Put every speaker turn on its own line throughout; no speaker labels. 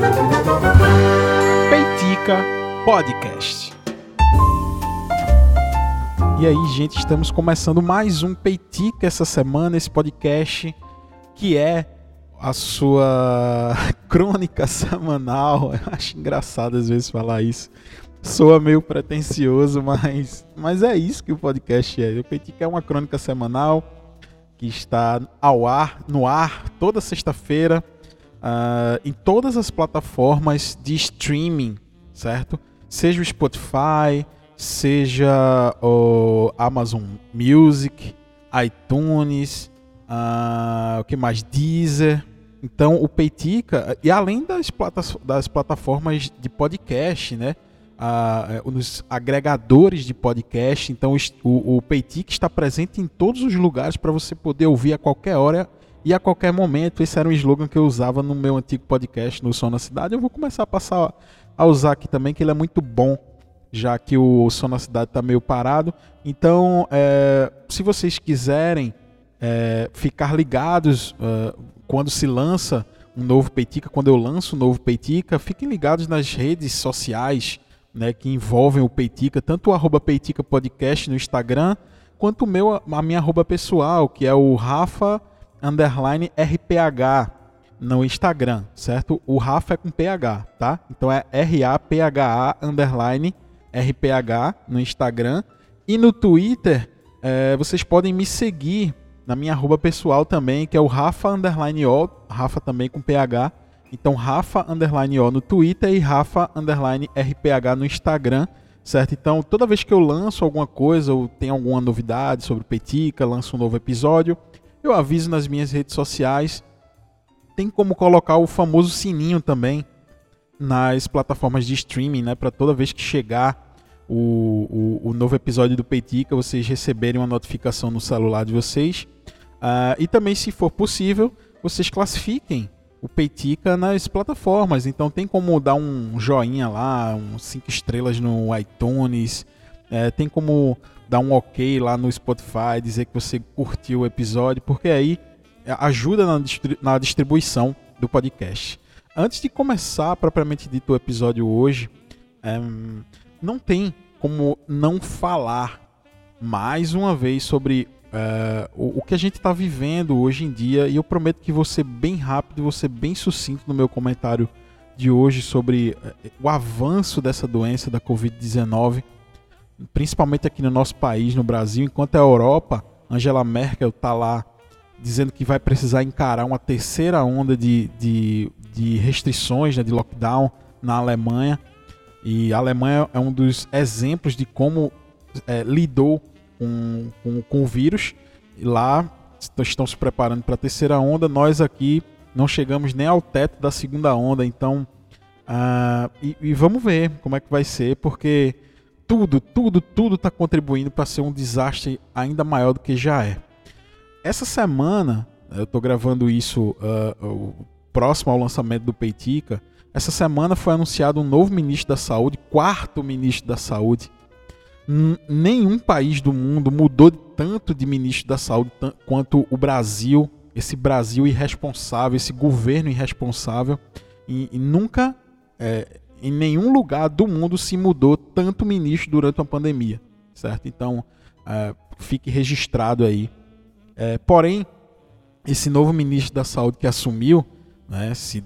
Peitica Podcast. E aí, gente, estamos começando mais um Peitica essa semana, esse podcast que é a sua crônica semanal. Eu acho engraçado às vezes falar isso. Soa meio pretensioso, mas é isso que o podcast é. O Peitica é uma crônica semanal que está no ar toda sexta-feira, em todas as plataformas de streaming, certo? Seja o Spotify, seja o Amazon Music, iTunes, o que mais? Deezer. Então o Peitica, e além das plataformas de podcast, né? Os agregadores de podcast. Então o Peitica está presente em todos os lugares para você poder ouvir a qualquer hora e a qualquer momento. Esse era um slogan que eu usava no meu antigo podcast, no Som na Cidade. Eu vou começar a passar a usar aqui também, que ele é muito bom, já que o Som na Cidade está meio parado. Então, se vocês quiserem ficar ligados quando se lança um novo Peitica, quando eu lanço um novo Peitica, fiquem ligados nas redes sociais, né, que envolvem o Peitica, tanto o @Peitica Podcast no Instagram, quanto a minha arroba pessoal, que é o Rafa_RPH no Instagram, certo? O Rafa é com PH, tá? Então é RAPHA_RPH no Instagram. E no Twitter, vocês podem me seguir na minha arroba pessoal também, que é o Rafa_O, Rafa também com PH. Então Rafa_O no Twitter e Rafa_RPH no Instagram, certo? Então toda vez que eu lanço alguma coisa ou tem alguma novidade sobre o Peitica, lanço um novo episódio, eu aviso nas minhas redes sociais. Tem como colocar o famoso sininho também nas plataformas de streaming, né? Para toda vez que chegar o novo episódio do Peitica, vocês receberem uma notificação no celular de vocês. E também, se for possível, vocês classifiquem o Peitica nas plataformas. Então tem como dar um joinha lá, 5 estrelas no iTunes, tem como dar um ok lá no Spotify, dizer que você curtiu o episódio, porque aí ajuda na distribuição do podcast. Antes de começar propriamente dito o episódio hoje, não tem como não falar mais uma vez sobre o que a gente está vivendo hoje em dia, e eu prometo que vou ser bem rápido, vou ser bem sucinto no meu comentário de hoje sobre o avanço dessa doença da Covid-19, principalmente aqui no nosso país, no Brasil, enquanto a Europa, Angela Merkel está lá dizendo que vai precisar encarar uma terceira onda de restrições, né, de lockdown na Alemanha. E a Alemanha é um dos exemplos de como lidou com o vírus. E lá estão se preparando para a terceira onda. Nós aqui não chegamos nem ao teto da segunda onda. Então, e vamos ver como é que vai ser, porque tudo está contribuindo para ser um desastre ainda maior do que já é. Essa semana, eu estou gravando isso próximo ao lançamento do Peitica. Essa semana foi anunciado um novo ministro da Saúde, quarto ministro da Saúde. Nenhum país do mundo mudou tanto de ministro da Saúde quanto o Brasil, esse Brasil irresponsável, esse governo irresponsável. E nunca, em nenhum lugar do mundo se mudou tanto ministro durante uma pandemia, certo? Então, fique registrado aí. Porém, esse novo ministro da Saúde que assumiu, né, se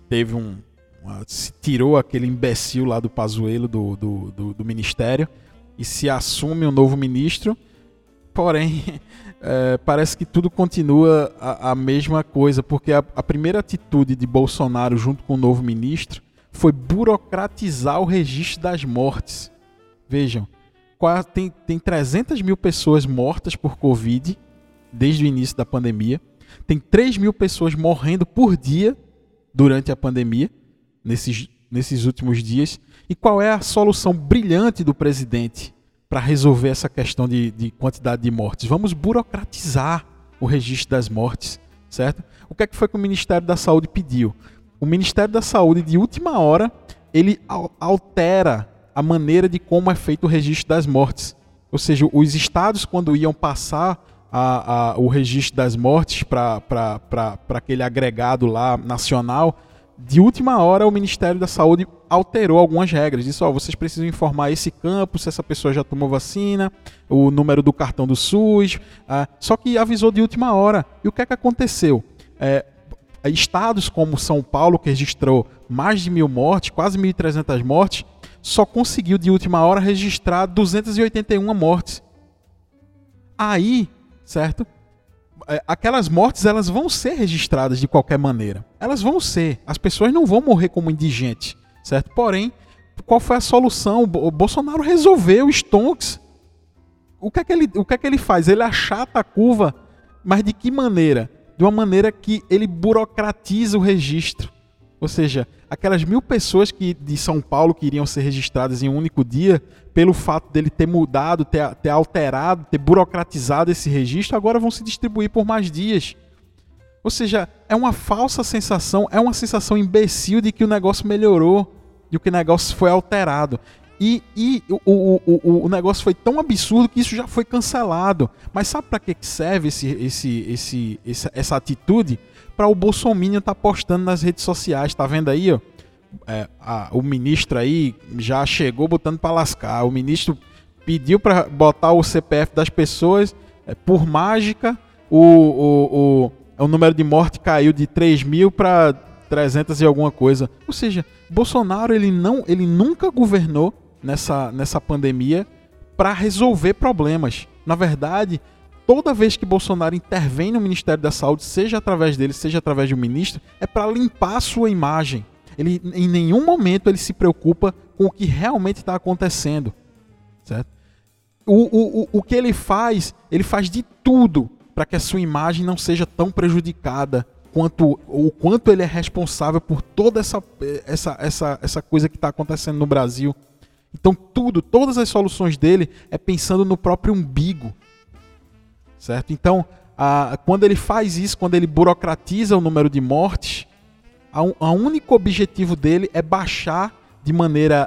tirou aquele imbecil lá do Pazuello do ministério e se assume um novo ministro, porém parece que tudo continua a mesma coisa, porque a primeira atitude de Bolsonaro junto com o novo ministro foi burocratizar o registro das mortes. Vejam, tem 300 mil pessoas mortas por Covid desde o início da pandemia, tem 3 mil pessoas morrendo por dia durante a pandemia, nesses últimos dias. E qual é a solução brilhante do presidente para resolver essa questão de quantidade de mortes? Vamos burocratizar o registro das mortes, certo? O que foi que o Ministério da Saúde pediu? O Ministério da Saúde, de última hora, ele altera a maneira de como é feito o registro das mortes. Ou seja, os estados, quando iam passar o registro das mortes para aquele agregado lá nacional, de última hora o Ministério da Saúde alterou algumas regras. Disse, vocês precisam informar esse campo, se essa pessoa já tomou vacina, o número do cartão do SUS, só que avisou de última hora. E o que é que aconteceu? Estados como São Paulo, que registrou mais de 1.000 mortes, quase 1.300 mortes, só conseguiu de última hora registrar 281 mortes. Aí, certo? Aquelas mortes, elas vão ser registradas de qualquer maneira. Elas vão ser. As pessoas não vão morrer como indigentes, certo? Porém, qual foi a solução? O Bolsonaro resolveu stonks. O que é que ele faz? Ele achata a curva, mas de que maneira? De uma maneira que ele burocratiza o registro. Ou seja, aquelas 1.000 pessoas de São Paulo que iriam ser registradas em um único dia, pelo fato dele ter mudado, ter alterado, ter burocratizado esse registro, agora vão se distribuir por mais dias. Ou seja, é uma falsa sensação, é uma sensação imbecil de que o negócio melhorou, de que o negócio foi alterado. E o negócio foi tão absurdo que isso já foi cancelado. Mas sabe para que serve essa atitude? Para o Bolsonaro estar postando nas redes sociais. Tá vendo aí? Ó? O ministro aí já chegou botando para lascar. O ministro pediu para botar o CPF das pessoas. Por mágica, o número de morte caiu de 3.000 para 300 e alguma coisa. Ou seja, Bolsonaro ele nunca governou nessa pandemia para resolver problemas. Na verdade, toda vez que Bolsonaro intervém no Ministério da Saúde, seja através dele, seja através do ministro, é para limpar a sua imagem. Ele, em nenhum momento ele se preocupa com o que realmente está acontecendo. Certo? O que ele faz de tudo para que a sua imagem não seja tão prejudicada o quanto ele é responsável por toda essa coisa que está acontecendo no Brasil. Então todas as soluções dele é pensando no próprio umbigo. Certo? Então, quando ele faz isso, quando ele burocratiza o número de mortes, o único objetivo dele é baixar de maneira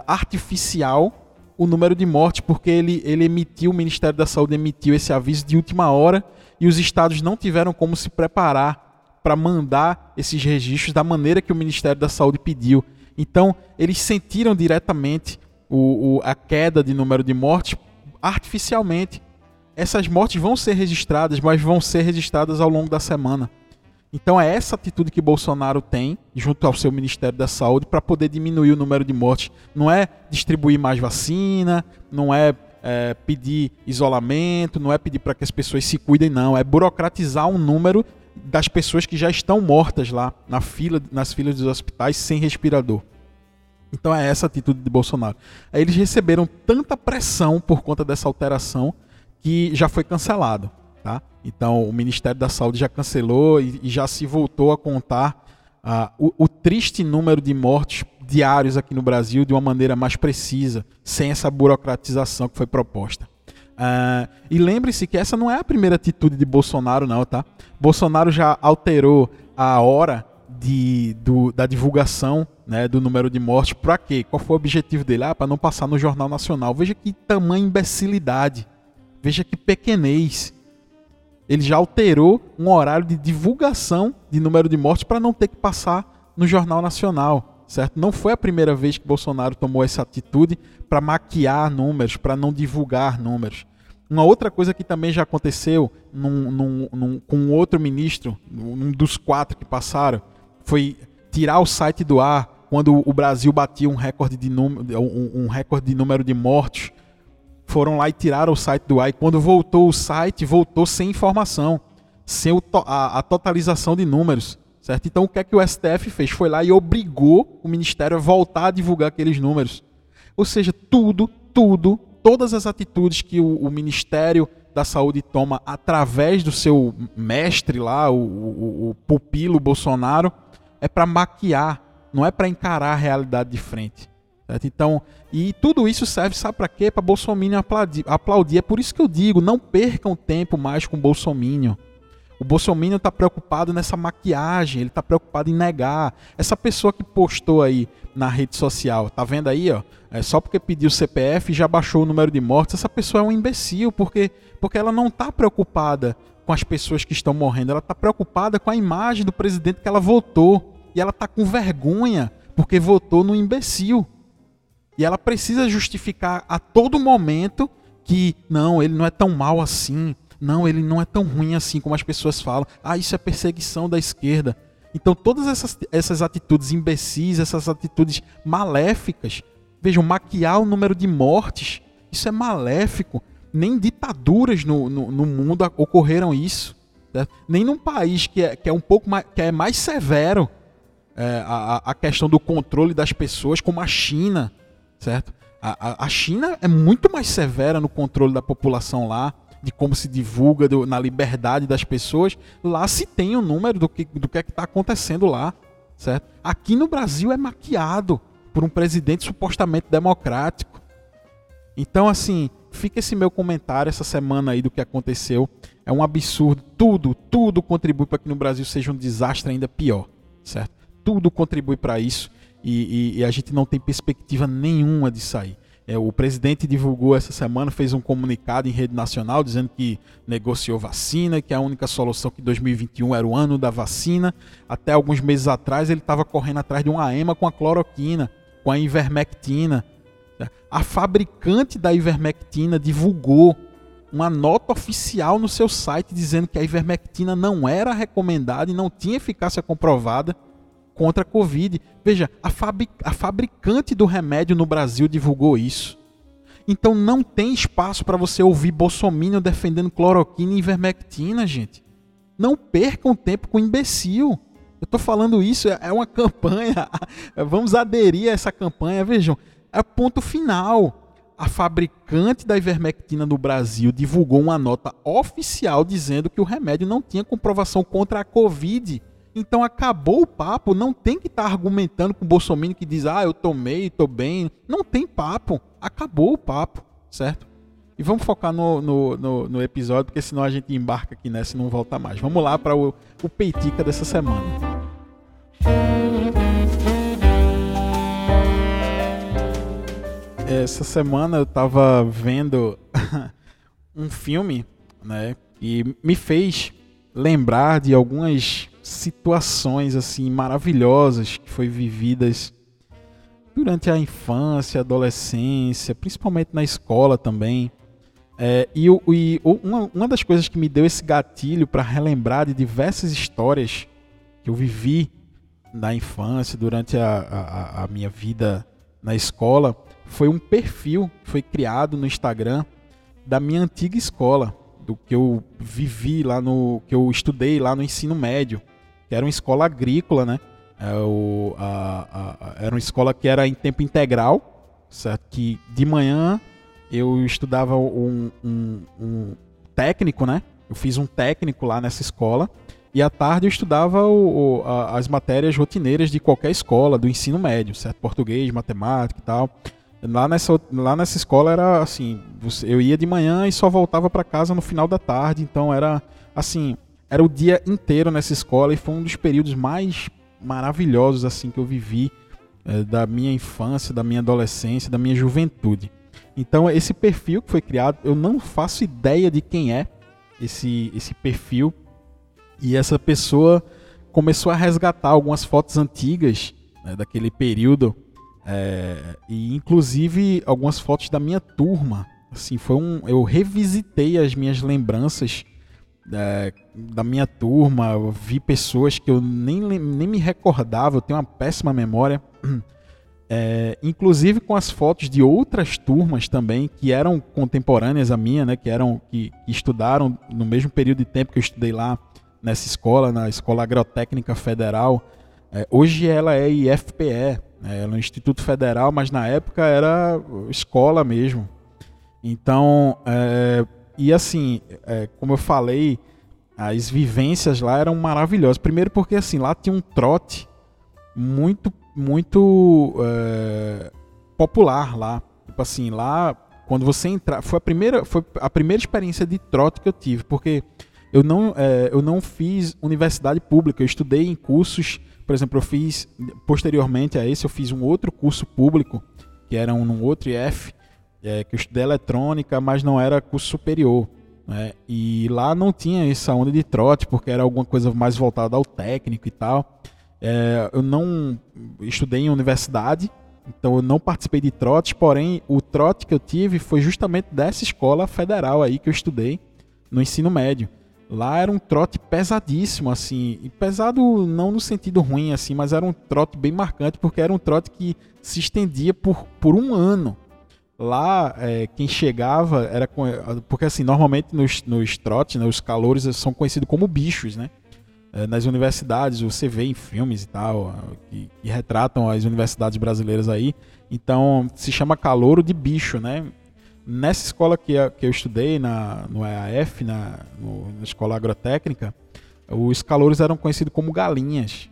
artificial o número de mortes, porque o Ministério da Saúde emitiu esse aviso de última hora e os estados não tiveram como se preparar para mandar esses registros da maneira que o Ministério da Saúde pediu. Então, eles sentiram diretamente a queda de número de mortes artificialmente. Essas mortes vão ser registradas, mas vão ser registradas ao longo da semana. Então é essa atitude que Bolsonaro tem, junto ao seu Ministério da Saúde, para poder diminuir o número de mortes. Não é distribuir mais vacina, não é pedir isolamento, não é pedir para que as pessoas se cuidem, não. É burocratizar um número das pessoas que já estão mortas lá nas filas dos hospitais sem respirador. Então é essa a atitude de Bolsonaro. Aí eles receberam tanta pressão por conta dessa alteração que já foi cancelado. Tá? Então o Ministério da Saúde já cancelou e já se voltou a contar o triste número de mortes diários aqui no Brasil de uma maneira mais precisa, sem essa burocratização que foi proposta. E lembre-se que essa não é a primeira atitude de Bolsonaro, não, tá? Bolsonaro já alterou a hora da divulgação, né, do número de mortes. Para quê? Qual foi o objetivo dele? Para não passar no Jornal Nacional. Veja que tamanha imbecilidade. Veja que pequenez. Ele já alterou um horário de divulgação de número de mortes para não ter que passar no Jornal Nacional. Certo? Não foi a primeira vez que Bolsonaro tomou essa atitude para maquiar números, para não divulgar números. Uma outra coisa que também já aconteceu com outro ministro, um dos 4 que passaram, foi tirar o site do ar quando o Brasil batia um recorde de número de mortes. Foram lá e tiraram o site do ar. E quando voltou o site, voltou sem informação, sem a totalização de números. Certo? Então o que é que o STF fez? Foi lá e obrigou o Ministério a voltar a divulgar aqueles números. Ou seja, todas as atitudes que o Ministério da Saúde toma através do seu mestre lá, o pupilo Bolsonaro, é para maquiar, não é para encarar a realidade de frente. Certo? Então, e tudo isso serve, sabe para quê? Para Bolsonaro aplaudir. É por isso que eu digo, não percam tempo mais com o Bolsonaro. O Bolsonaro está preocupado nessa maquiagem, ele está preocupado em negar. Essa pessoa que postou aí na rede social, tá vendo aí, ó? Só porque pediu o CPF e já baixou o número de mortes, essa pessoa é um imbecil, porque ela não está preocupada com as pessoas que estão morrendo, ela está preocupada com a imagem do presidente que ela votou. e ela tá com vergonha porque votou no imbecil. E ela precisa justificar a todo momento que não, ele não é tão mal assim, não, ele não é tão ruim assim como as pessoas falam. Ah, isso é perseguição da esquerda. Então todas essas atitudes imbecis, essas atitudes maléficas, vejam, maquiar o número de mortes, isso é maléfico. Nem ditaduras no mundo ocorreram isso. Certo? Nem num país que é um pouco mais, que é mais severo a questão do controle das pessoas, como a China. Certo? A China é muito mais severa no controle da população lá, de como se divulga, na liberdade das pessoas. Lá se tem o número do que está acontecendo lá. Certo? Aqui no Brasil é maquiado por um presidente supostamente democrático. Então, assim, fica esse meu comentário essa semana aí do que aconteceu. É um absurdo. Tudo contribui para que no Brasil seja um desastre ainda pior. Certo? Tudo contribui para isso. E a gente não tem perspectiva nenhuma de sair. O presidente divulgou essa semana, fez um comunicado em rede nacional dizendo que negociou vacina, que a única solução que 2021 era o ano da vacina. Até alguns meses atrás ele estava correndo atrás de uma EMA com a cloroquina, com a ivermectina. A fabricante da ivermectina divulgou uma nota oficial no seu site dizendo que a ivermectina não era recomendada e não tinha eficácia comprovada contra a Covid. Veja, a fabricante do remédio no Brasil divulgou isso. Então não tem espaço para você ouvir bolsominion defendendo cloroquina e ivermectina, gente. Não percam tempo com imbecil. Eu estou falando isso, é uma campanha. Vamos aderir a essa campanha. Vejam, é ponto final. A fabricante da ivermectina no Brasil divulgou uma nota oficial dizendo que o remédio não tinha comprovação contra a Covid. Então acabou o papo, não tem que estar argumentando com o bolsominion que diz, eu tomei, tô bem. Não tem papo, acabou o papo, certo? E vamos focar no episódio, porque senão a gente embarca aqui nessa e não volta mais. Vamos lá para o Peitica dessa semana. Essa semana eu estava vendo um filme, né, e me fez lembrar de algumas situações assim maravilhosas que foi vividas durante a infância, adolescência, principalmente na escola também. Uma das coisas que me deu esse gatilho para relembrar de diversas histórias que eu vivi na infância, durante a minha vida na escola, foi um perfil que foi criado no Instagram da minha antiga escola, do que eu vivi lá que eu estudei lá no ensino médio, que era uma escola agrícola, né? Era uma escola que era em tempo integral, certo? Que de manhã eu estudava um técnico, né? Eu fiz um técnico lá nessa escola, e à tarde eu estudava as matérias rotineiras de qualquer escola, do ensino médio, certo? Português, matemática e tal. Lá nessa escola era assim, eu ia de manhã e só voltava para casa no final da tarde, então era assim, era o dia inteiro nessa escola, e foi um dos períodos mais maravilhosos assim que eu vivi da minha infância, da minha adolescência, da minha juventude. Então esse perfil que foi criado, eu não faço ideia de quem é esse perfil, e essa pessoa começou a resgatar algumas fotos antigas, né, daquele período, e inclusive algumas fotos da minha turma. Assim, eu revisitei as minhas lembranças da minha turma. Eu vi pessoas que eu nem me recordava, eu tenho uma péssima memória, inclusive com as fotos de outras turmas também que eram contemporâneas à minha, né, que estudaram no mesmo período de tempo que eu estudei lá nessa escola, na Escola Agrotécnica Federal. Hoje ela é IFPE, ela é um Instituto Federal, mas na época era escola mesmo. Então, e assim, como eu falei, as vivências lá eram maravilhosas. Primeiro porque assim, lá tinha um trote muito popular lá. Tipo assim, lá quando você entrar, foi a primeira experiência de trote que eu tive, porque eu não fiz universidade pública, eu estudei em cursos. Por exemplo, eu fiz, posteriormente a esse, eu fiz um outro curso público, que era num outro IF, que eu estudei eletrônica, mas não era curso superior, né? E lá não tinha essa onda de trote, porque era alguma coisa mais voltada ao técnico e tal. Eu não estudei em universidade, então eu não participei de trotes, porém o trote que eu tive foi justamente dessa escola federal aí que eu estudei no ensino médio. Lá era um trote pesadíssimo, assim, e pesado não no sentido ruim, assim, mas era um trote bem marcante, porque era um trote que se estendia por um ano. Lá, quem chegava era... Porque, assim, normalmente nos trotes, né, os calouros são conhecidos como bichos, né? Nas universidades, você vê em filmes e tal, que retratam as universidades brasileiras aí. Então, se chama calouro de bicho, né? Nessa escola que eu estudei, no EAF, na escola agrotécnica, os calouros eram conhecidos como galinhas.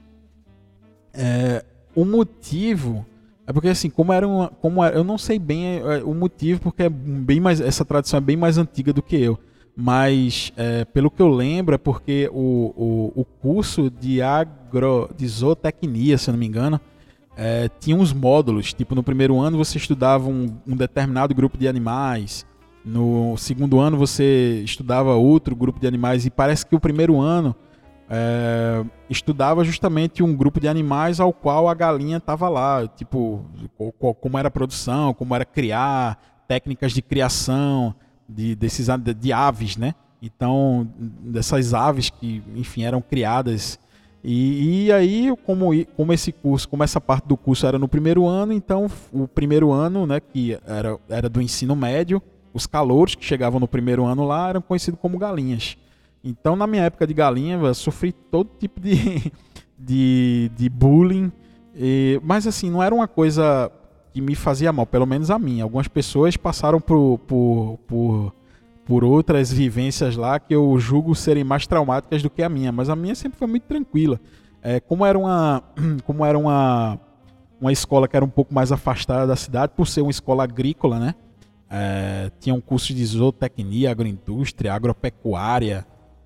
O motivo é porque, assim, eu não sei bem o motivo, porque essa tradição é bem mais antiga do que eu. Mas, pelo que eu lembro, é porque o curso de zootecnia, se eu não me engano, tinha uns módulos. Tipo, no primeiro ano você estudava um determinado grupo de animais, no segundo ano você estudava outro grupo de animais, e parece que o primeiro ano estudava justamente um grupo de animais ao qual a galinha estava lá, tipo, como era a produção, como era criar, técnicas de criação de aves, né? Então, dessas aves que, enfim, eram criadas. E aí, como essa parte do curso era no primeiro ano, então o primeiro ano, né, que era do ensino médio, os calouros que chegavam no primeiro ano lá eram conhecidos como galinhas. Então, na minha época de galinha, eu sofri todo tipo de bullying, mas assim, não era uma coisa que me fazia mal, pelo menos a mim. Algumas pessoas passaram por outras vivências lá que eu julgo serem mais traumáticas do que a minha, mas a minha sempre foi muito tranquila. Como era uma escola que era um pouco mais afastada da cidade, por ser uma escola agrícola, né? Tinha um curso de zootecnia, agroindústria, agropecuária,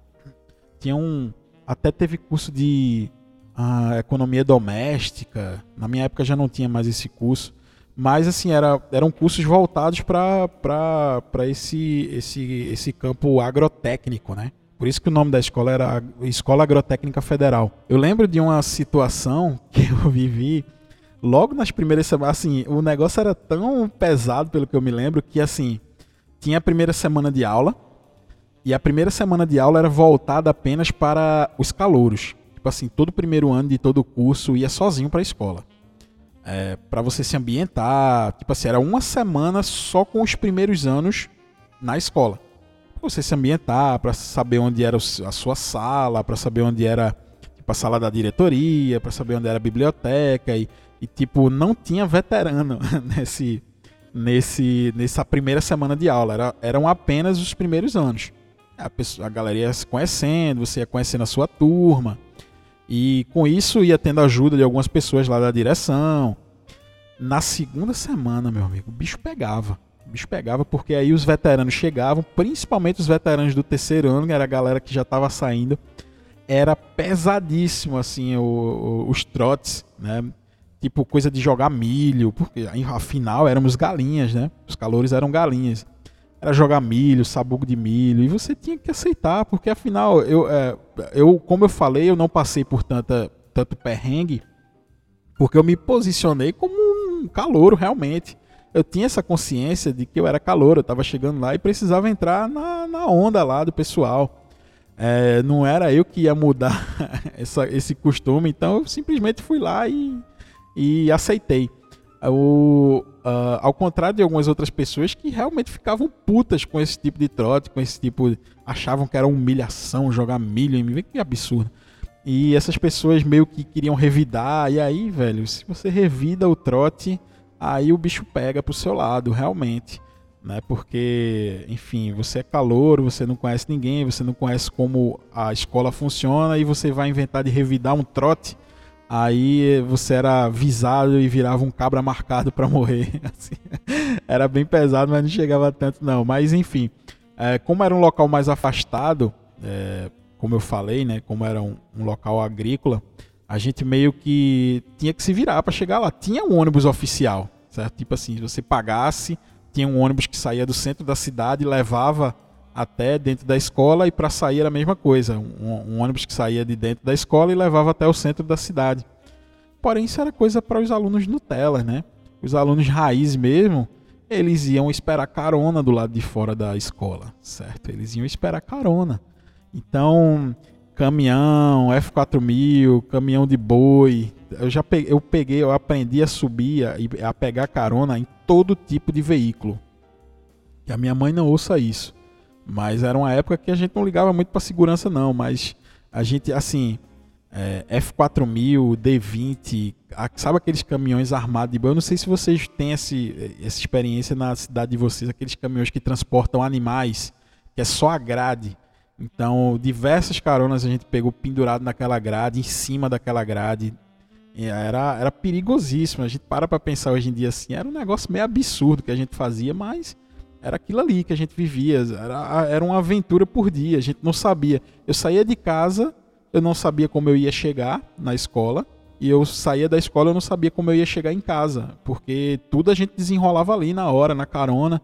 até teve curso de economia doméstica. Na minha época já não tinha mais esse curso. Mas assim, eram cursos voltados para esse campo agrotécnico, né? Por isso que o nome da escola era Escola Agrotécnica Federal. Eu lembro de uma situação que eu vivi logo nas primeiras semanas. Assim, o negócio era tão pesado, pelo que eu me lembro, que assim, tinha a primeira semana de aula, e a primeira semana de aula era voltada apenas para os calouros. Tipo assim, todo o primeiro ano de todo o curso ia sozinho para a escola. Para você se ambientar, tipo assim, era uma semana só com os primeiros anos na escola. Pra você se ambientar, para saber onde era a sua sala, para saber onde era, tipo, a sala da diretoria, para saber onde era a biblioteca e tipo, não tinha veterano nessa primeira semana de aula, eram apenas os primeiros anos. A galera ia se conhecendo, você ia conhecendo a sua turma. E com isso ia tendo ajuda de algumas pessoas lá da direção. Na segunda semana, meu amigo, o bicho pegava. O bicho pegava porque aí os veteranos chegavam, principalmente os veteranos do terceiro ano, que era a galera que já estava saindo. Era pesadíssimo, assim, os trotes, né? Tipo, coisa de jogar milho, porque afinal éramos galinhas, né? Os calouros eram galinhas. Era jogar milho, sabugo de milho, e você tinha que aceitar, porque afinal, como eu falei, eu não passei por tanto perrengue, porque eu me posicionei como um calouro realmente. Eu tinha essa consciência de que eu era calouro, eu estava chegando lá e precisava entrar na onda lá do pessoal. Não era eu que ia mudar esse costume, então eu simplesmente fui lá e aceitei. Ao contrário de algumas outras pessoas que realmente ficavam putas com esse tipo de trote, com esse tipo, achavam que era humilhação jogar milho em mim, que absurdo. E essas pessoas meio que queriam revidar, e aí, velho, se você revida o trote, aí o bicho pega pro seu lado, realmente, né? Porque, enfim, você é calouro, você não conhece ninguém, você não conhece como a escola funciona, e você vai inventar de revidar um trote. Aí você era visado e virava um cabra marcado para morrer. Assim, era bem pesado, mas não chegava tanto não. Mas enfim, como era um local mais afastado, como eu falei, né, como era um local agrícola, a gente meio que tinha que se virar para chegar lá. Tinha um ônibus oficial, certo? Tipo assim, se você pagasse, tinha um ônibus que saía do centro da cidade e levava até dentro da escola, e para sair era a mesma coisa. Um ônibus que saía de dentro da escola e levava até o centro da cidade. Porém, isso era coisa para os alunos Nutella, né? Os alunos raiz mesmo, eles iam esperar carona do lado de fora da escola, certo? Eles iam esperar carona. Então, caminhão, F4000, caminhão de boi, eu aprendi a subir e a pegar carona em todo tipo de veículo. Que a minha mãe não ouça isso. Mas era uma época que a gente não ligava muito para segurança não, mas a gente, assim, F4000, D20, sabe aqueles caminhões armados de boi? Eu não sei se vocês têm essa experiência na cidade de vocês, aqueles caminhões que transportam animais, que é só a grade. Então, diversas caronas a gente pegou pendurado naquela grade, em cima daquela grade. Era perigosíssimo. A gente para pensar hoje em dia assim, era um negócio meio absurdo que a gente fazia, mas era aquilo ali que a gente vivia. Era uma aventura por dia, a gente não sabia. Eu saía de casa, eu não sabia como eu ia chegar na escola, e eu saía da escola, eu não sabia como eu ia chegar em casa, porque tudo a gente desenrolava ali na hora, na carona.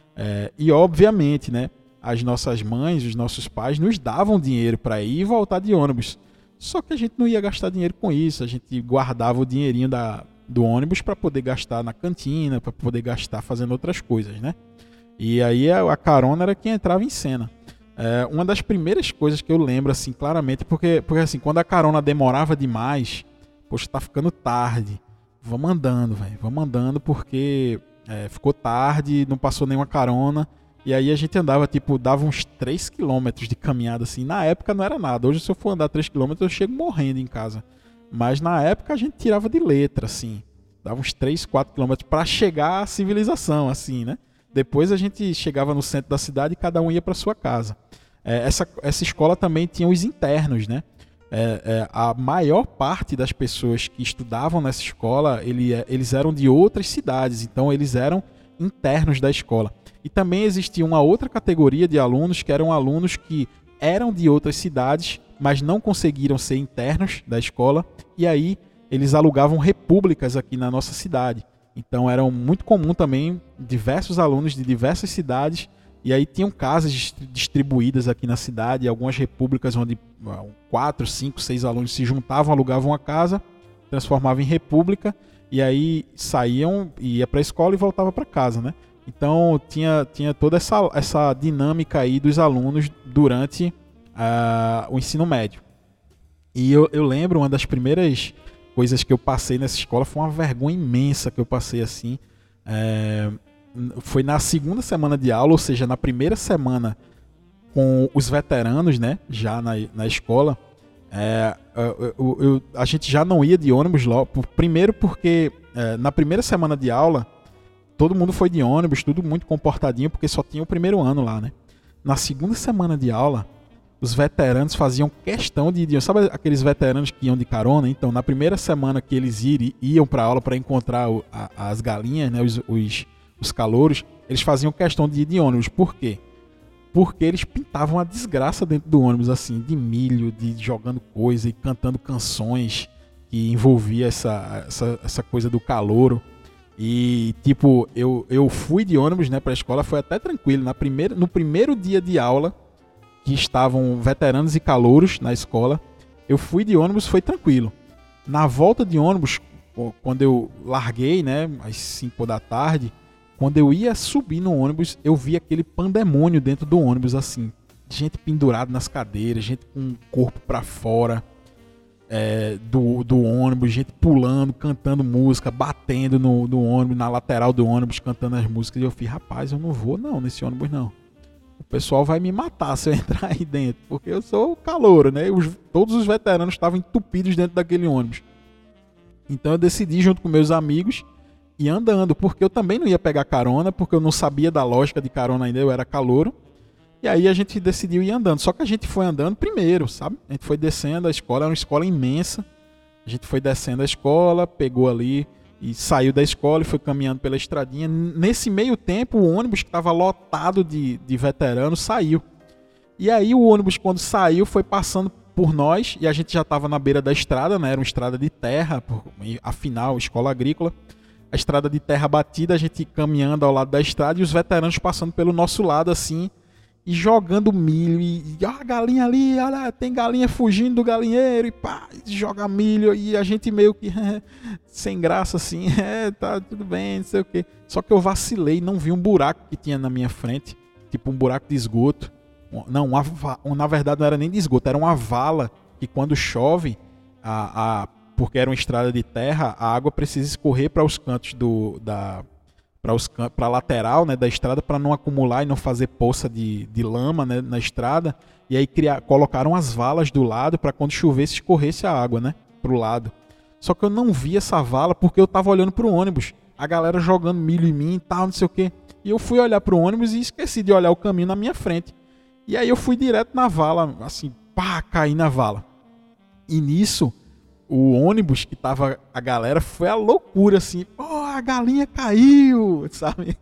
E obviamente, né, as nossas mães, os nossos pais nos davam dinheiro para ir e voltar de ônibus. Só que a gente não ia gastar dinheiro com isso, a gente guardava o dinheirinho do ônibus para poder gastar na cantina, para poder gastar fazendo outras coisas, né? E aí a carona era quem entrava em cena. Uma das primeiras coisas que eu lembro, assim, claramente, porque assim, quando a carona demorava demais, poxa, tá ficando tarde, vamos andando, velho, vamos andando, porque ficou tarde, não passou nenhuma carona, e aí a gente andava, tipo, dava uns 3 km de caminhada, assim, na época não era nada, hoje se eu for andar 3 km eu chego morrendo em casa, mas na época a gente tirava de letra, assim, dava uns 3, 4 km para chegar à civilização, assim, né? Depois a gente chegava no centro da cidade e cada um ia para sua casa. Essa escola também tinha os internos, né? A maior parte das pessoas que estudavam nessa escola, eles eram de outras cidades, então eles eram internos da escola. E também existia uma outra categoria de alunos, que eram alunos que eram de outras cidades, mas não conseguiram ser internos da escola, e aí eles alugavam repúblicas aqui na nossa cidade. Então era muito comum também diversos alunos de diversas cidades, e aí tinham casas distribuídas aqui na cidade, algumas repúblicas onde 4, 5, 6 alunos se juntavam, alugavam a casa, transformavam em república, e aí saíam, ia para a escola e voltavam para casa, né? Então tinha toda essa dinâmica aí dos alunos durante o ensino médio. E eu lembro, uma das primeiras coisas que eu passei nessa escola foi uma vergonha imensa que eu passei assim. Foi na segunda semana de aula, ou seja, na primeira semana com os veteranos, né, já na escola. A gente já não ia de ônibus logo. Primeiro porque na primeira semana de aula todo mundo foi de ônibus, tudo muito comportadinho, porque só tinha o primeiro ano lá, né? Na segunda semana de aula, os veteranos faziam questão de ir. Sabe aqueles veteranos que iam de carona? Então, na primeira semana que eles iam para a aula para encontrar as galinhas, né, os calouros, eles faziam questão de ir de ônibus. Por quê? Porque eles pintavam a desgraça dentro do ônibus, assim, de milho, de jogando coisa e cantando canções que envolvia essa coisa do calouro. E, tipo, eu fui de ônibus, né, pra escola, foi até tranquilo. No primeiro dia de aula, que estavam veteranos e calouros na escola, eu fui de ônibus, foi tranquilo. Na volta de ônibus, quando eu larguei, né, às 5 da tarde, quando eu ia subir no ônibus, eu vi aquele pandemônio dentro do ônibus, assim. Gente pendurada nas cadeiras, gente com o corpo pra fora. Do ônibus, gente pulando, cantando música, batendo no ônibus, na lateral do ônibus, cantando as músicas. E eu falei, rapaz, eu não vou não nesse ônibus não. O pessoal vai me matar se eu entrar aí dentro, porque eu sou calouro, né? Todos os veteranos estavam entupidos dentro daquele ônibus. Então eu decidi, junto com meus amigos, ir andando, porque eu também não ia pegar carona, porque eu não sabia da lógica de carona ainda, eu era calouro. E aí a gente decidiu ir andando. Só que a gente foi andando primeiro, sabe? A gente foi descendo a escola, era uma escola imensa. A gente foi descendo a escola, pegou ali e saiu da escola e foi caminhando pela estradinha. Nesse meio tempo, o ônibus que estava lotado de veteranos saiu. E aí o ônibus, quando saiu, foi passando por nós e a gente já estava na beira da estrada, né? Era uma estrada de terra, afinal, escola agrícola. A estrada de terra batida, a gente caminhando ao lado da estrada e os veteranos passando pelo nosso lado assim. e jogando milho, e a galinha ali, olha, tem galinha fugindo do galinheiro, e pá, joga milho, e a gente meio que sem graça assim, tá tudo bem, não sei o quê. Só que eu vacilei, não vi um buraco que tinha na minha frente, tipo um buraco de esgoto. Não, na verdade não era nem de esgoto, era uma vala que quando chove, porque era uma estrada de terra, a água precisa escorrer para os cantos para a lateral, né, da estrada, para não acumular e não fazer poça de lama, né, na estrada. E aí colocaram as valas do lado para quando chovesse escorresse a água, né, para o lado. Só que eu não vi essa vala porque eu estava olhando para o ônibus. A galera jogando milho em mim e tal, não sei o quê. E eu fui olhar para o ônibus e esqueci de olhar o caminho na minha frente. E aí eu fui direto na vala, assim, pá, caí na vala. E nisso, o ônibus que tava a galera foi a loucura, assim, a galinha caiu, sabe?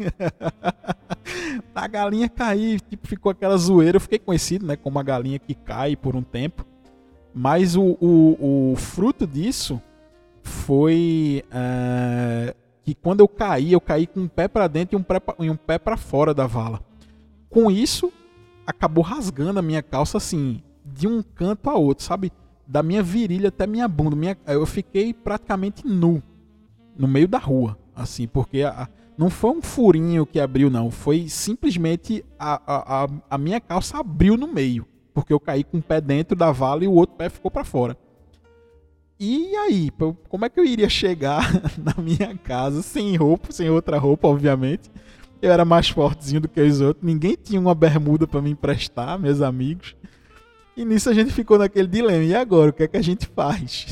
A galinha caiu, tipo, ficou aquela zoeira. Eu fiquei conhecido, né, como a galinha que cai por um tempo. Mas o fruto disso foi que quando eu caí com um pé para dentro e um pé para fora da vala. Com isso, acabou rasgando a minha calça, assim, de um canto a outro, sabe? Da minha virilha até minha bunda. Eu fiquei praticamente nu no meio da rua, assim, porque não foi um furinho que abriu, não. Foi simplesmente a minha calça abriu no meio, porque eu caí com um pé dentro da vala e o outro pé ficou para fora. E aí, como é que eu iria chegar na minha casa sem roupa, sem outra roupa, obviamente? Eu era mais fortezinho do que os outros, ninguém tinha uma bermuda para me emprestar, meus amigos. E nisso a gente ficou naquele dilema. E agora, o que é que a gente faz?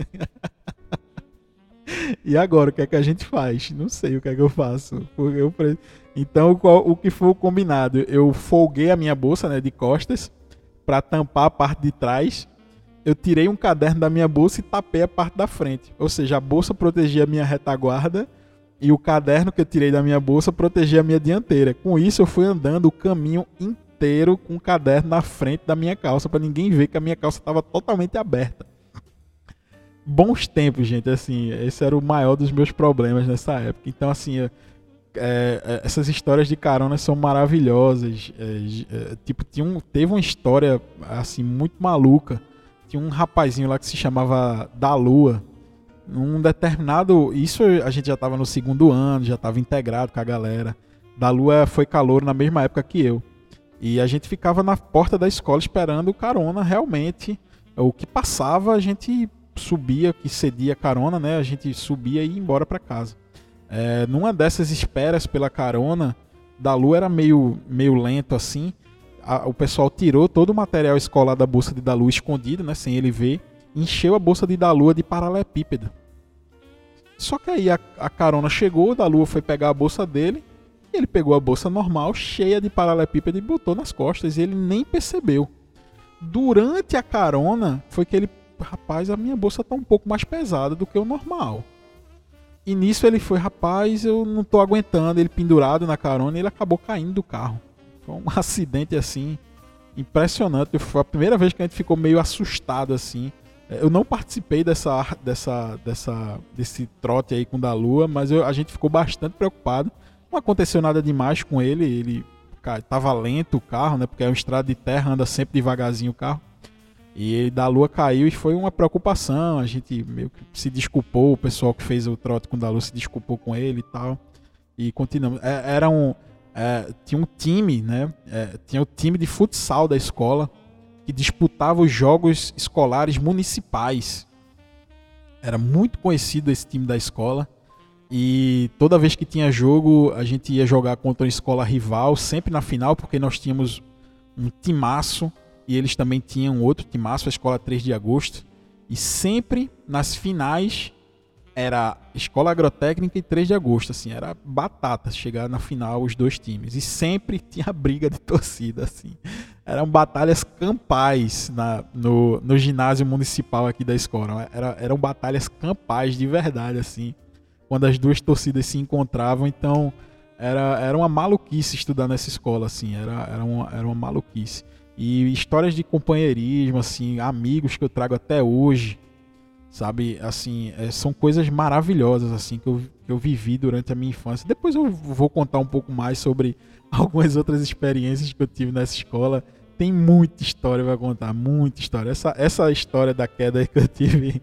E agora, o que é que a gente faz? Não sei o que é que eu faço. Então, o que foi o combinado? Eu folguei a minha bolsa, né, de costas para tampar a parte de trás. Eu tirei um caderno da minha bolsa e tapei a parte da frente. Ou seja, a bolsa protegia a minha retaguarda e o caderno que eu tirei da minha bolsa protegia a minha dianteira. Com isso, eu fui andando o caminho inteiro com o caderno na frente da minha calça para ninguém ver que a minha calça estava totalmente aberta. Bons tempos, gente, assim, esse era o maior dos meus problemas nessa época. Então, assim, essas histórias de carona são maravilhosas. Tipo, teve uma história, assim, muito maluca. Tinha um rapazinho lá que se chamava Da Lua. Num determinado... Isso a gente já estava no segundo ano, já estava integrado com a galera. Da Lua foi calouro na mesma época que eu. E a gente ficava na porta da escola esperando carona, realmente. O que passava, a gente subia, que cedia carona, né? A gente subia e ia embora para casa. Numa dessas esperas pela carona, Da Lua era meio lento assim. O pessoal tirou todo o material escolar da bolsa de Da Lua escondido, né? Sem ele ver. Encheu a bolsa de Da Lua de paralelepípedo. Só que aí a carona chegou, o Da Lua foi pegar a bolsa dele. Ele pegou a bolsa normal, cheia de paralelepípedo, e botou nas costas. E ele nem percebeu. Durante a carona, foi que ele... Rapaz, a minha bolsa tá um pouco mais pesada do que o normal. E nisso ele foi... Rapaz, eu não tô aguentando. Ele pendurado na carona e ele acabou caindo do carro. Foi um acidente, assim, impressionante. Foi a primeira vez que a gente ficou meio assustado, assim. Eu não participei desse trote aí com o Da Lua, mas a gente ficou bastante preocupado. Não aconteceu nada demais com ele. Ele tava lento o carro, né? Porque é uma estrada de terra, anda sempre devagarzinho o carro. E Da Lua caiu e foi uma preocupação. A gente meio que se desculpou, o pessoal que fez o trote com o Da Lua se desculpou com ele e tal. E continuamos. Tinha um time, né? Tinha o time de futsal da escola que disputava os jogos escolares municipais. Era muito conhecido esse time da escola. E toda vez que tinha jogo, a gente ia jogar contra uma escola rival, sempre na final, porque nós tínhamos um timaço e eles também tinham outro timaço, a Escola 3 de Agosto. E sempre nas finais era Escola Agrotécnica e 3 de Agosto, assim, era batata chegar na final os dois times. E sempre tinha briga de torcida, assim. Eram batalhas campais no ginásio municipal aqui da escola. Eram batalhas campais de verdade, assim, quando as duas torcidas se encontravam. Então era uma maluquice estudar nessa escola, assim, era uma maluquice. E histórias de companheirismo, assim, amigos que eu trago até hoje, sabe? Assim, são coisas maravilhosas assim que eu vivi durante a minha infância. Depois eu vou contar um pouco mais sobre algumas outras experiências que eu tive nessa escola. Tem muita história pra contar, muita história. Essa história da queda que eu tive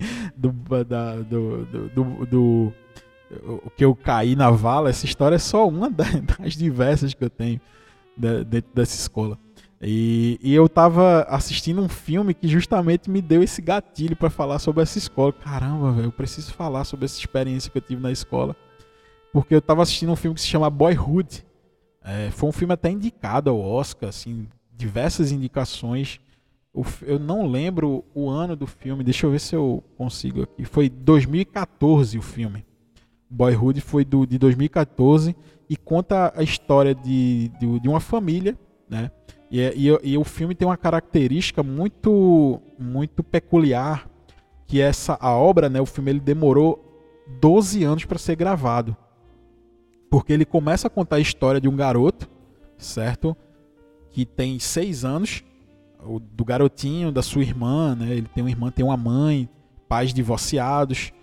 do que eu caí na vala, essa história é só uma das diversas que eu tenho dentro dessa escola. E eu tava assistindo um filme que justamente me deu esse gatilho pra falar sobre essa escola. Caramba, velho, eu preciso falar sobre essa experiência que eu tive na escola. Porque eu tava assistindo um filme que se chama Boyhood. Foi um filme até indicado ao Oscar, assim, diversas indicações. Eu não lembro o ano do filme, deixa eu ver se eu consigo aqui. Foi 2014 o filme. Boyhood foi de 2014 e conta a história de uma família, né? E o filme tem uma característica muito peculiar, que a obra, né? O filme ele demorou 12 anos para ser gravado. Porque ele começa a contar a história de um garoto, certo? Que tem 6 anos, do garotinho, da sua irmã, né? Ele tem uma irmã, tem uma mãe, pais divorciados.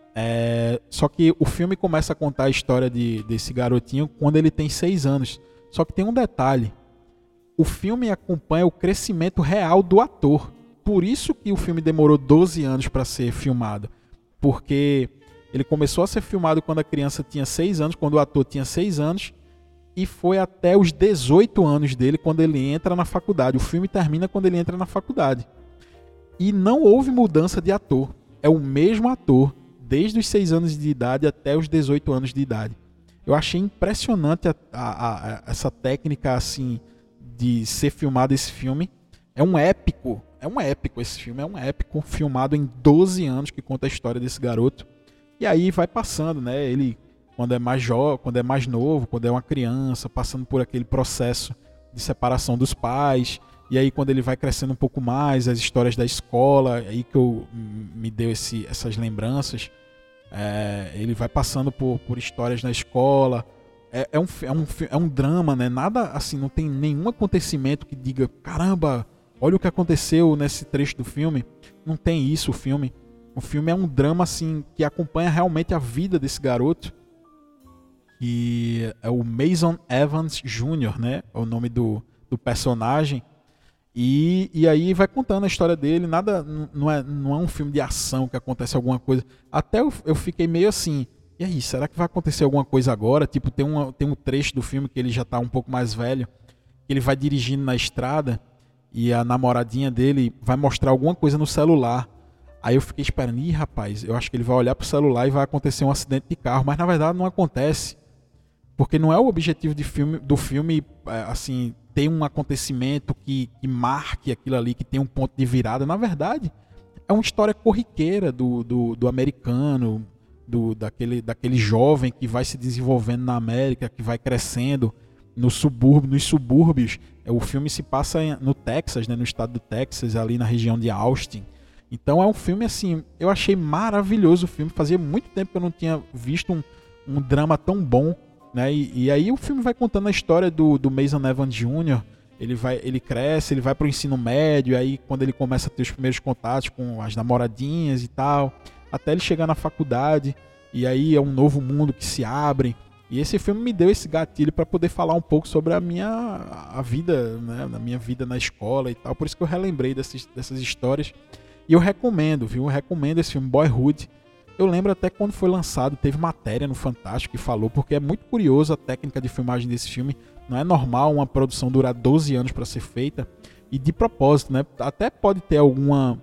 Só que o filme começa a contar a história desse garotinho quando ele tem 6 anos. Só que tem um detalhe. O filme acompanha o crescimento real do ator. Por isso que o filme demorou 12 anos para ser filmado. Porque ele começou a ser filmado quando a criança tinha 6 anos, quando o ator tinha 6 anos, e foi até os 18 anos dele quando ele entra na faculdade. O filme termina quando ele entra na faculdade. E não houve mudança de ator. É o mesmo ator, desde os 6 anos de idade até os 18 anos de idade. Eu achei impressionante essa técnica assim de ser filmado esse filme. É um épico esse filme, é um épico filmado em 12 anos que conta a história desse garoto. E aí vai passando, né? Ele, quando é mais jovem, quando é mais novo, quando é uma criança, passando por aquele processo de separação dos pais. E aí quando ele vai crescendo um pouco mais, as histórias da escola, aí que me deu essas lembranças. Ele vai passando por histórias na escola. É um drama, né? Nada assim, não tem nenhum acontecimento que diga, caramba, olha o que aconteceu nesse trecho do filme. Não tem isso o filme. O filme é um drama assim que acompanha realmente a vida desse garoto, que é o Mason Evans Jr., né? É o nome do personagem. E aí vai contando a história dele. Nada, não é um filme de ação que acontece alguma coisa. Até eu fiquei meio assim, e aí, será que vai acontecer alguma coisa agora? Tipo, tem um trecho do filme que ele já tá um pouco mais velho, que ele vai dirigindo na estrada e a namoradinha dele vai mostrar alguma coisa no celular. Aí eu fiquei esperando, rapaz, eu acho que ele vai olhar pro celular e vai acontecer um acidente de carro, mas na verdade não acontece. Porque não é o objetivo do filme, assim, ter um acontecimento que marque aquilo ali, que tem um ponto de virada. Na verdade, é uma história corriqueira do americano, daquele jovem que vai se desenvolvendo na América, que vai crescendo nos subúrbios. O filme se passa no Texas, né, no estado do Texas, ali na região de Austin. Então é um filme assim, eu achei maravilhoso o filme. Fazia muito tempo que eu não tinha visto um drama tão bom, né? E aí o filme vai contando a história do Mason Evans Jr. Ele cresce, ele vai pro ensino médio, aí quando ele começa a ter os primeiros contatos com as namoradinhas e tal, até ele chegar na faculdade, e aí é um novo mundo que se abre. E esse filme me deu esse gatilho para poder falar um pouco sobre a vida, né? A minha vida na escola e tal. Por isso que eu relembrei dessas histórias. E eu recomendo, viu? Eu recomendo esse filme Boyhood. Eu lembro até quando foi lançado, teve matéria no Fantástico que falou, porque é muito curioso a técnica de filmagem desse filme. Não é normal uma produção durar 12 anos para ser feita. E de propósito, né? Até pode ter alguma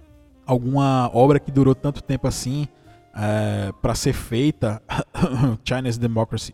obra que durou tanto tempo assim para ser feita. Chinese Democracy.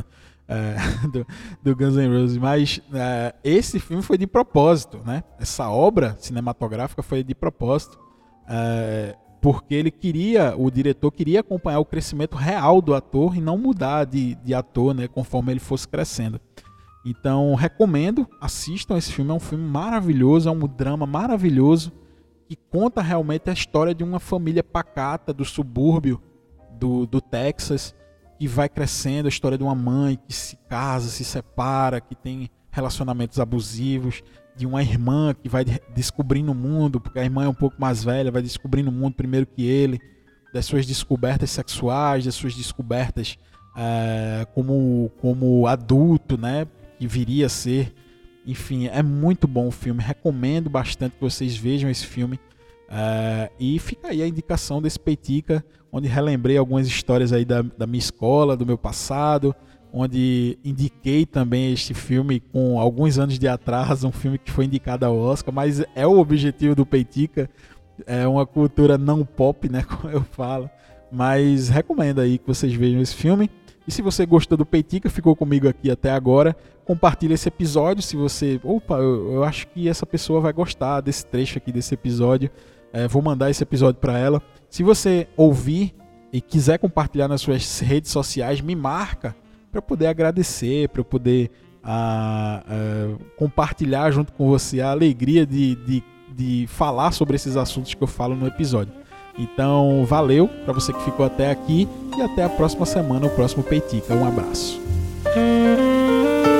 Do Guns N' Roses, mas esse filme foi de propósito, né? Essa obra cinematográfica foi de propósito, porque o diretor queria acompanhar o crescimento real do ator e não mudar de ator, né, conforme ele fosse crescendo. Então recomendo, assistam esse filme, é um filme maravilhoso, é um drama maravilhoso que conta realmente a história de uma família pacata do subúrbio do Texas, que vai crescendo, a história de uma mãe que se casa, se separa, que tem relacionamentos abusivos, de uma irmã que vai descobrindo o mundo, porque a irmã é um pouco mais velha, vai descobrindo o mundo primeiro que ele, das suas descobertas sexuais, das suas descobertas como adulto, né, que viria a ser. Enfim, é muito bom o filme, recomendo bastante que vocês vejam esse filme. E fica aí a indicação desse Peitica, onde relembrei algumas histórias aí da minha escola, do meu passado, onde indiquei também este filme com alguns anos de atraso, um filme que foi indicado ao Oscar, mas é o objetivo do Peitica, é uma cultura não pop, né, como eu falo, mas recomendo aí que vocês vejam esse filme. E se você gostou do Peitica, ficou comigo aqui até agora, compartilha esse episódio. Se você, eu acho que essa pessoa vai gostar desse trecho aqui desse episódio, vou mandar esse episódio para ela. Se você ouvir e quiser compartilhar nas suas redes sociais, me marca para eu poder agradecer, para eu poder compartilhar junto com você a alegria de falar sobre esses assuntos que eu falo no episódio. Então, valeu para você que ficou até aqui e até a próxima semana, o próximo Peitica. Um abraço.